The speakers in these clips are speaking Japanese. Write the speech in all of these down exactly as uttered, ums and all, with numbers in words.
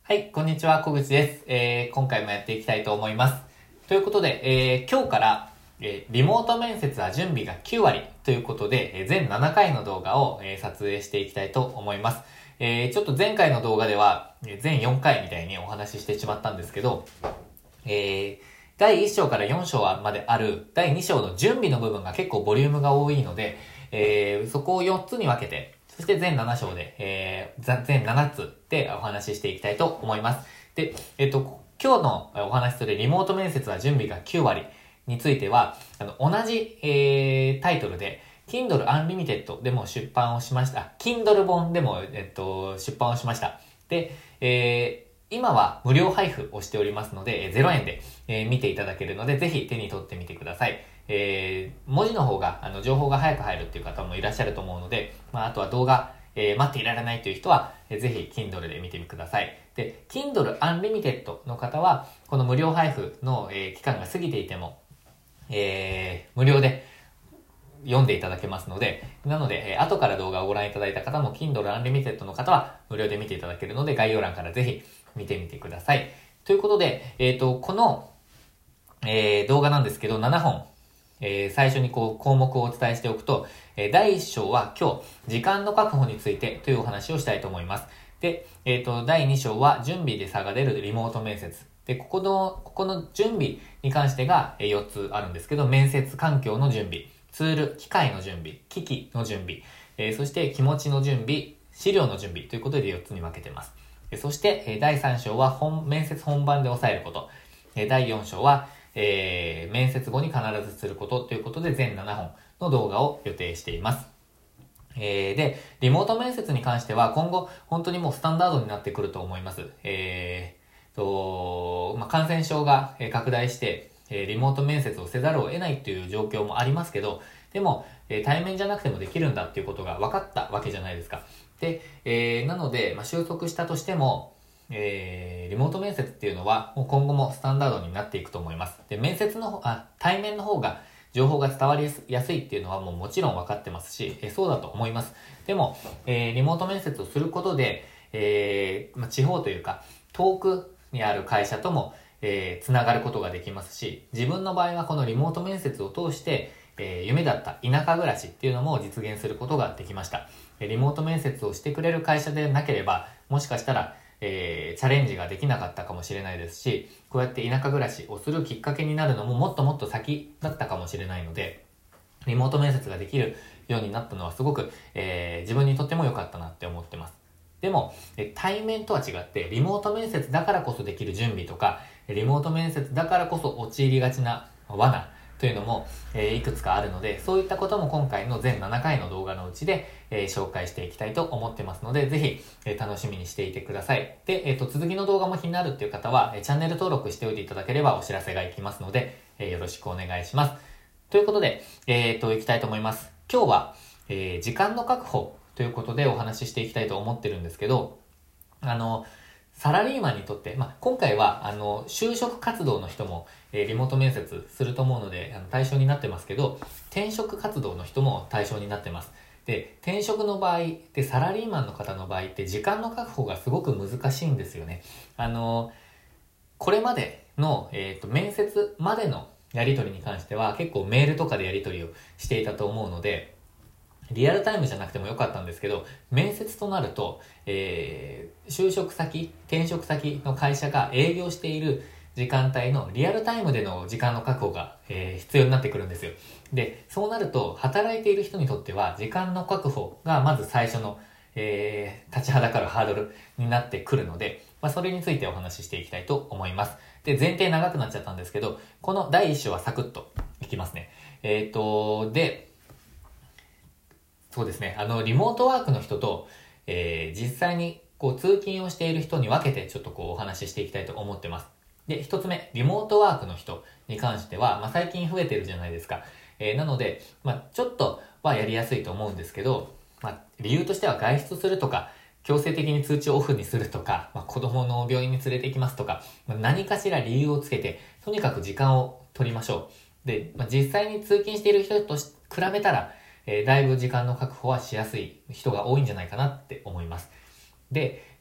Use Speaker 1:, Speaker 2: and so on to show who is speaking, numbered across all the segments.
Speaker 1: はい、こんにちは、小口です。えー、今回もやっていきたいと思います。ということで、えー、今日から、えー、リモート面接は準備がきゅうわりということで、えー、全ななかいの動画を、えー、撮影していきたいと思います。えー、ちょっと前回の動画では、えー、全よんかいみたいにお話ししてしまったんですけど、えー、だいいっ章からよん章まであるだいに章の準備の部分が結構ボリュームが多いので、えー、そこをよっつに分けて、そして全なな章で、えー、全ななつでお話ししていきたいと思います。で、えっと、今日のお話するリモート面接は準備がきゅうわりについては、あの、同じ、えー、タイトルで、Kindle Unlimited でも出版をしました。Kindle 本でも、えっと、出版をしました。で、えー、今は無料配布をしておりますので、ゼロえんで、えー、見ていただけるので、ぜひ手に取ってみてください。えー、文字の方が、あの、情報が早く入るっていう方もいらっしゃると思うので、まあ、あとは動画、えー、待っていられないという人は、えー、ぜひ Kindle で見てみてください。で、Kindle Unlimited の方は、この無料配布の、えー、期間が過ぎていても、えー、無料で読んでいただけますので、なので、えー、後から動画をご覧いただいた方も Kindle Unlimited の方は無料で見ていただけるので、概要欄からぜひ見てみてください。ということで、えっと、この、えー、動画なんですけど、ななほん、えー、最初にこう項目をお伝えしておくと、えー、だいいっ章は今日、時間の確保についてというお話をしたいと思います。で、えっと、だいに章は準備で差が出るリモート面接。で、ここの、ここの準備に関してがよっつあるんですけど、面接環境の準備、ツール、機械の準備、機器の準備、えー、そして気持ちの準備、資料の準備ということでよっつに分けています。そして、だいさん章は本、面接本番で押さえること。だいよん章は、えー、面接後に必ずすることということで全ななほんの動画を予定しています。えー、で、リモート面接に関しては今後本当にもうスタンダードになってくると思います。えー、と、まあ、感染症が拡大して、えー、リモート面接をせざるを得ないという状況もありますけど、でも、えー、対面じゃなくてもできるんだっていうことが分かったわけじゃないですか。で、えー、なので、まあ、収束したとしても、えー、リモート面接っていうのはもう今後もスタンダードになっていくと思います。で、面接の、あ、対面の方が情報が伝わりやすいっていうのはもうもちろん分かってますし、えそうだと思います。でも、えー、リモート面接をすることで、えーまあ、地方というか遠くにある会社とも、えー、つながることができますし、自分の場合はこのリモート面接を通して、えー、夢だった田舎暮らしっていうのも実現することができました。リモート面接をしてくれる会社でなければ、もしかしたらえー、チャレンジができなかったかもしれないですし、こうやって田舎暮らしをするきっかけになるのももっともっと先だったかもしれないので、リモート面接ができるようになったのはすごく、えー、自分にとっても良かったなって思ってます。でも、対面とは違って、リモート面接だからこそできる準備とか、リモート面接だからこそ陥りがちな罠というのも、えー、いくつかあるので、そういったことも今回の全ななかいの動画のうちで、えー、紹介していきたいと思ってますので、ぜひ、えー、楽しみにしていてください。で、えっと、続きの動画も気になるっていう方は、えー、チャンネル登録しておいていただければお知らせがいきますので、えー、よろしくお願いします。ということで、えっと、いきたいと思います。今日は、えー、時間の確保ということでお話ししていきたいと思ってるんですけど、あの、サラリーマンにとって、まあ、今回は、あの、就職活動の人も、えー、リモート面接すると思うので、あの対象になってますけど、転職活動の人も対象になってます。で、転職の場合、で、サラリーマンの方の場合って時間の確保がすごく難しいんですよね。あの、これまでの、えっと、面接までのやり取りに関しては、結構メールとかでやり取りをしていたと思うので、リアルタイムじゃなくてもよかったんですけど、面接となると、えー、就職先、転職先の会社が営業している時間帯のリアルタイムでの時間の確保が、えー、必要になってくるんですよ。で、そうなると、働いている人にとっては、時間の確保がまず最初の、えー、立ちはだかるハードルになってくるので、まあ、それについてお話ししていきたいと思います。で、前提長くなっちゃったんですけど、このだいいっ章はサクッといきますね。えっと、で、そうですね。あの、リモートワークの人と、えー、実際にこう通勤をしている人に分けてちょっとこうお話ししていきたいと思ってます。で、一つ目、リモートワークの人に関しては、まあ、最近増えてるじゃないですか。えー、なので、まあ、ちょっとはやりやすいと思うんですけど、まあ、理由としては外出するとか、強制的に通知をオフにするとか、まあ、子供の病院に連れて行きますとか、まあ、何かしら理由をつけて、とにかく時間を取りましょう。で、まあ、実際に通勤している人と比べたら、えー、だいぶ時間の確保はしやすい人が多いんじゃないかなって思います。で、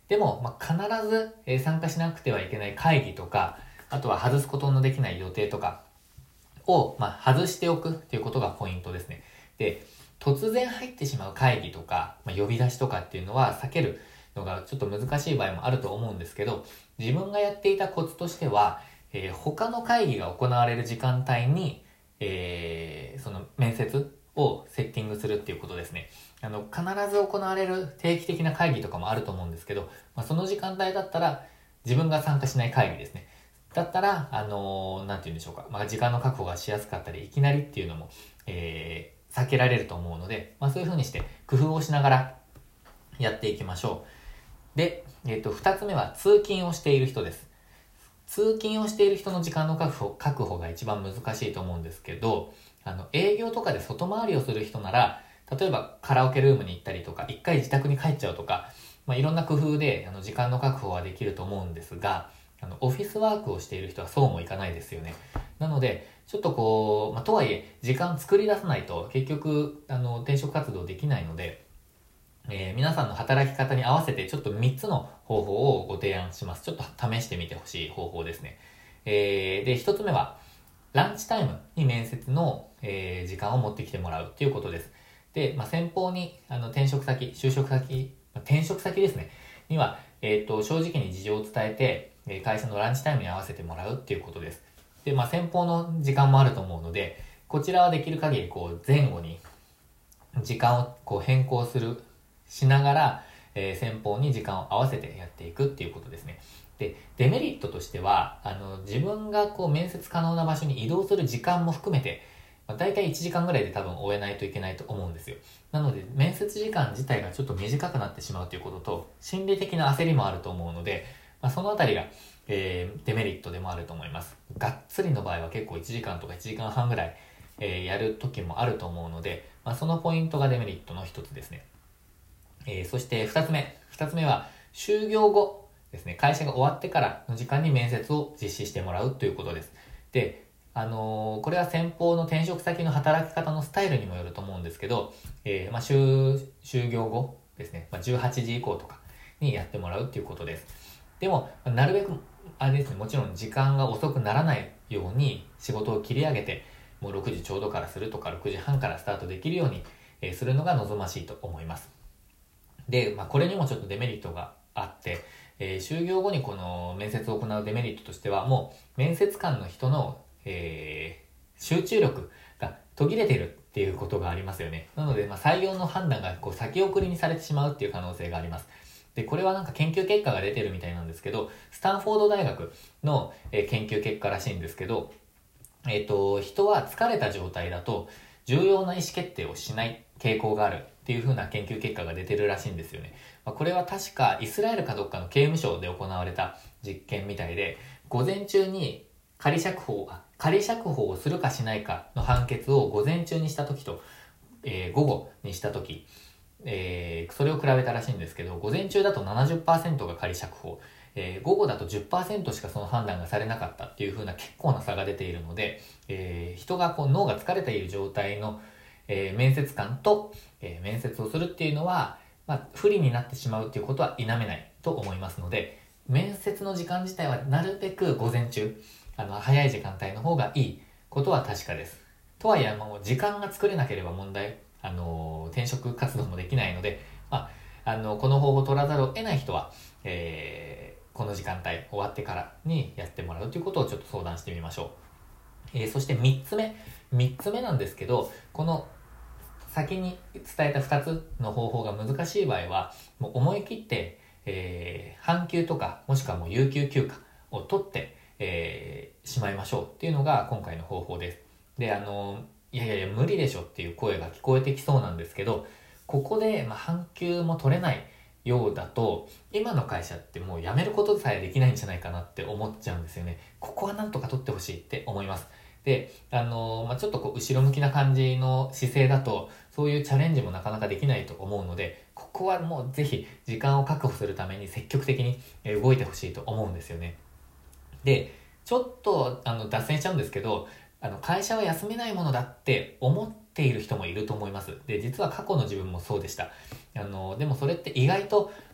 Speaker 1: でも、まあ、必ず、えー参加しなくてはいけない会議とか、あとは外すことのできない予定とかを、まあ、外しておくっていうことがポイントですね。で、突然入ってしまう会議とか、まあ、呼び出しとかっていうのは避けるのがちょっと難しい場合もあると思うんですけど、自分がやっていたコツとしては、えー他の会議が行われる時間帯に、えーその面接をセッティングするっていうことですね。あの、必ず行われる定期的な会議とかもあると思うんですけど、まあ、その時間帯だったら自分が参加しない会議ですね。だったら、あのーなんて言うんでしょうか。まあ、時間の確保がしやすかったり、いきなりっていうのも、えー避けられると思うので、まあ、そういう風にして工夫をしながらやっていきましょう。で、えっと、二つ目は通勤をしている人です。通勤をしている人の時間の確保、確保が一番難しいと思うんですけど、あの、営業とかで外回りをする人なら、例えばカラオケルームに行ったりとか、一回自宅に帰っちゃうとか、まあ、いろんな工夫であの時間の確保はできると思うんですが、あの、オフィスワークをしている人はそうもいかないですよね。なので、ちょっとこう、まあ、とはいえ、時間作り出さないと結局、あの、転職活動できないので、えー皆さんの働き方に合わせてちょっとみっつの方法をご提案します。ちょっと試してみてほしい方法ですね。えーで、ひとつめは、ランチタイムに面接の、えー時間を持ってきてもらうということです。で、まあ、先方にあの転職先、就職先、まあ転職先ですね、には、えっと、正直に事情を伝えて、えー会社のランチタイムに合わせてもらうっていうことです。で、まあ、先方の時間もあると思うので、こちらはできる限りこう前後に時間をこう変更する、しながら、えー先方に時間を合わせてやっていくっていうことですね。で、デメリットとしては、あの、自分がこう面接可能な場所に移動する時間も含めて、まあ、大体いちじかんぐらいで多分終えないといけないと思うんですよ。なので、面接時間自体がちょっと短くなってしまうということと、心理的な焦りもあると思うので、まあ、そのあたりが、えーデメリットでもあると思います。がっつりの場合は結構いちじかんとかいちじかんはんぐらい、えーやる時もあると思うので、まあ、そのポイントがデメリットの一つですね。えーそして二つ目。二つ目は、就業後ですね。会社が終わってからの時間に面接を実施してもらうということです。で、あのーこれは先方の転職先の働き方のスタイルにもよると思うんですけど、えーまあ、就、就業後ですね。まあ、じゅうはちじ以降とかにやってもらうということです。でも、なるべく、あれですね、もちろん時間が遅くならないように仕事を切り上げて、もうろくじちょうどからするとか、ろくじはんからスタートできるように、えーするのが望ましいと思います。で、まあ、これにもちょっとデメリットがあって、えー就業後にこの面接を行うデメリットとしては、もう面接官の人の、えー集中力が途切れているっていうことがありますよね。なので、まあ、採用の判断がこう先送りにされてしまうっていう可能性があります。で、これはなんか研究結果が出てるみたいなんですけど、スタンフォード大学の、えー研究結果らしいんですけど、えっと、人は疲れた状態だと重要な意思決定をしない傾向があるっていう風な研究結果が出てるらしいんですよね。まあ、これは確かイスラエルかどっかの刑務所で行われた実験みたいで、午前中に仮釈放、あ仮釈放をするかしないかの判決を午前中にした時と、えー午後にした時、えーそれを比べたらしいんですけど、午前中だとななじゅっパーセントが仮釈放、えー午後だとじゅっパーセントしかその判断がされなかったっていう風な結構な差が出ているので、えー人がこう脳が疲れている状態の、えー面接官と、えー面接をするっていうのは、まあ、不利になってしまうっていうことは否めないと思いますので、面接の時間自体はなるべく午前中、あの早い時間帯の方がいいことは確かです。とはいえ、もう時間が作れなければ問題、あのー転職活動もできないので、まあ、あのこの方法を取らざるを得ない人は、えーこの時間帯終わってからにやってもらうということをちょっと相談してみましょう。えーそしてみっつめ。みっつめなんですけど、この先に伝えたふたつの方法が難しい場合は、もう思い切って、えー半休とか、もしくはもう有給休暇を取って、えーしまいましょうっていうのが今回の方法です。で、あの、いやいやいや、無理でしょっていう声が聞こえてきそうなんですけど、ここで、まあ、半休も取れないようだと、今の会社ってもう辞めることさえできないんじゃないかなって思っちゃうんですよね。ここはなんとか取ってほしいって思います。で、あのまあ、ちょっとこう後ろ向きな感じの姿勢だと、そういうチャレンジもなかなかできないと思うので、ここはもうぜひ時間を確保するために積極的にえー動いてほしいと思うんですよね。で、ちょっとあの脱線しちゃうんですけど、あの会社は休めないものだって思っている人もいると思います。で、実は過去の自分もそうでした。あの、でもそれって意外と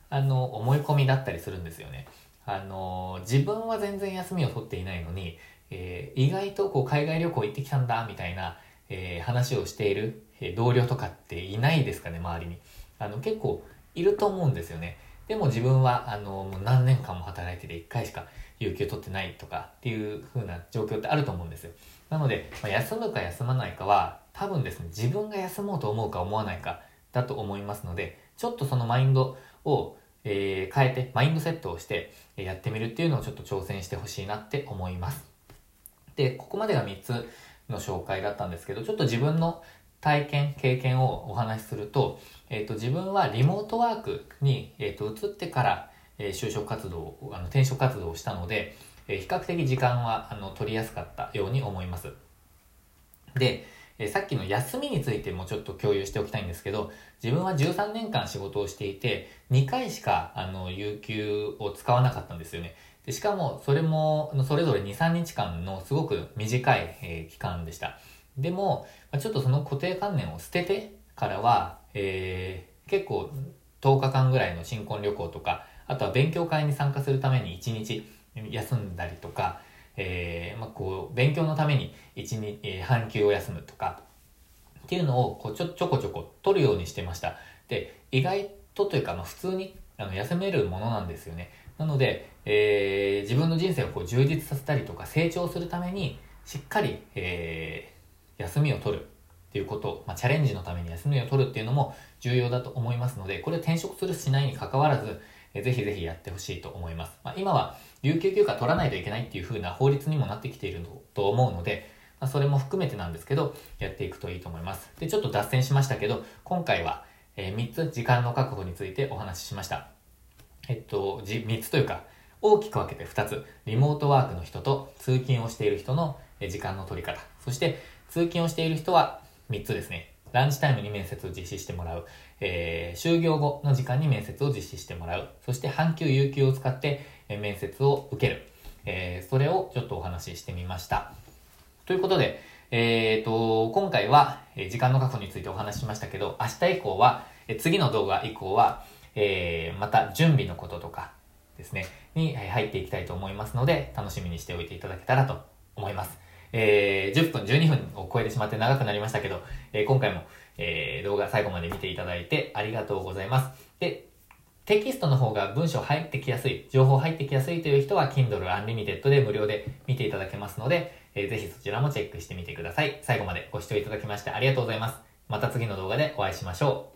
Speaker 1: あの、思い込みだったりするんですよね。あの、自分は全然休みを取っていないのに、えー意外とこう海外旅行行ってきたんだ、みたいな、えー話をしている、えー同僚とかっていないですかね、周りに。あの、結構いると思うんですよね。でも自分は、あの、もう何年間も働いてていっかいしか有給取ってないとかっていう風な状況ってあると思うんですよ。なので、まあ、休むか休まないかは、多分ですね、自分が休もうと思うか思わないかだと思いますので、ちょっとそのマインドを、えー変えて、マインドセットをしてえーやってみるっていうのをちょっと挑戦してほしいなって思います。で、ここまでがみっつの紹介だったんですけど、ちょっと自分の体験、経験をお話しすると、えっと、自分はリモートワークに、えっと、移ってから、えー就職活動、あの転職活動をしたので、えー比較的時間はあの取りやすかったように思います。で、えーさっきの休みについてもちょっと共有しておきたいんですけど、自分はじゅうさんねんかん仕事をしていて、にかいしかあの有給を使わなかったんですよね。でしかも、それも、あのそれぞれに、さんにちかんのすごく短い、えー期間でした。でも、まあちょっとその固定観念を捨ててからは、えー結構とおかかんぐらいの新婚旅行とか、あとは勉強会に参加するためにいちにち休んだりとか、えーまあ、こう勉強のために一日、えー半休を休むとかっていうのをこうちょちょこちょこ取るようにしてました。で、意外とというか、まあ、普通にあの休めるものなんですよね。なので、えー自分の人生をこう充実させたりとか成長するためにしっかり、えー休みを取るっていうこと、まあ、チャレンジのために休みを取るっていうのも重要だと思いますので、これ転職するしないに関わらず、えーぜひぜひやってほしいと思います。まあ、今は有給休暇取らないといけないっていう風な法律にもなってきていると思うので、まあ、それも含めてなんですけど、やっていくといいと思います。で、ちょっと脱線しましたけど、今回は、えーみっつ時間の確保についてお話ししました。えっと、じみっつというか、大きく分けてふたつ。リモートワークの人と通勤をしている人のえー時間の取り方。そして、通勤をしている人はみっつですね。ランチタイムに面接を実施してもらう。えー就業後の時間に面接を実施してもらう。そして、半休、有給を使って、えー面接を受ける。えーそれをちょっとお話ししてみました。ということで、えーと、今回はえー時間の確保についてお話ししましたけど、明日以降は、えー次の動画以降は、えーまた準備のこととかですね、にえー入っていきたいと思いますので、楽しみにしておいていただけたらと思います。えーじゅっぷん、じゅうにふんを超えてしまって長くなりましたけど、えー今回も、えー動画最後まで見ていただいてありがとうございます。で、テキストの方が文章入ってきやすい、情報入ってきやすいという人は Kindle Unlimited で無料で見ていただけますので、えーぜひそちらもチェックしてみてください。最後までご視聴いただきましてありがとうございます。また次の動画でお会いしましょう。